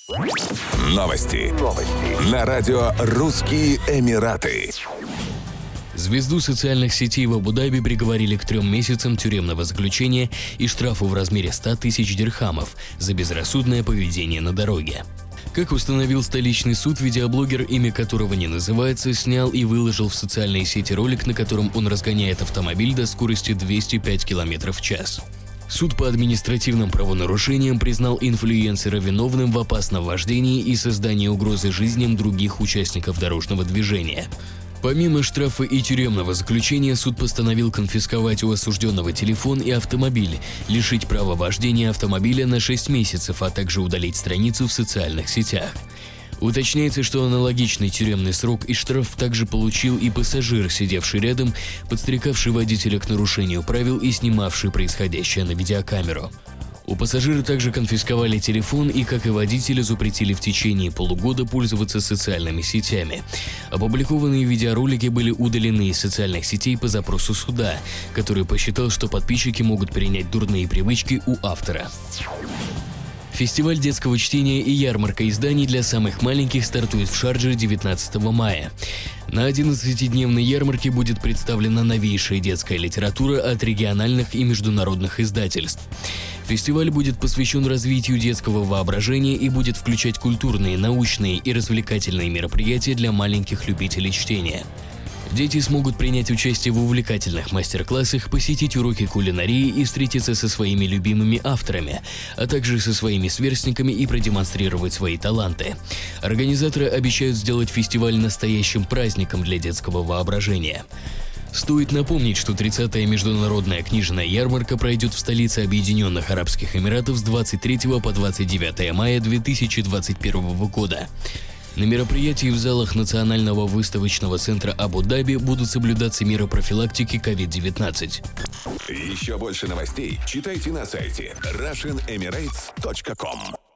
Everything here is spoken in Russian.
Новости. На радио «Русские Эмираты». Звезду социальных сетей в Абу-Даби приговорили к 3 месяцам тюремного заключения и штрафу в размере 100 тысяч дирхамов за безрассудное поведение на дороге. Как установил столичный суд, видеоблогер, имя которого не называется, снял и выложил в социальные сети ролик, на котором он разгоняет автомобиль до скорости 205 км в час. Суд по административным правонарушениям признал инфлюенсера виновным в опасном вождении и создании угрозы жизням других участников дорожного движения. Помимо штрафа и тюремного заключения, суд постановил конфисковать у осужденного телефон и автомобиль, лишить права вождения автомобиля на 6 месяцев, а также удалить страницу в социальных сетях. Уточняется, что аналогичный тюремный срок и штраф также получил и пассажир, сидевший рядом, подстрекавший водителя к нарушению правил и снимавший происходящее на видеокамеру. У пассажира также конфисковали телефон и, как и водителя, запретили в течение полугода пользоваться социальными сетями. Опубликованные видеоролики были удалены из социальных сетей по запросу суда, который посчитал, что подписчики могут перенять дурные привычки у автора. Фестиваль детского чтения и ярмарка изданий для самых маленьких стартует в Шардже 19 мая. На 11-дневной ярмарке будет представлена новейшая детская литература от региональных и международных издательств. Фестиваль будет посвящен развитию детского воображения и будет включать культурные, научные и развлекательные мероприятия для маленьких любителей чтения. Дети смогут принять участие в увлекательных мастер-классах, посетить уроки кулинарии и встретиться со своими любимыми авторами, а также со своими сверстниками и продемонстрировать свои таланты. Организаторы обещают сделать фестиваль настоящим праздником для детского воображения. Стоит напомнить, что 30-я международная книжная ярмарка пройдет в столице Объединенных Арабских Эмиратов с 23 по 29 мая 2021 года. На мероприятии в залах Национального выставочного центра Абу-Даби будут соблюдаться меры профилактики COVID-19. Еще больше новостей читайте на сайте RussianEmirates.com.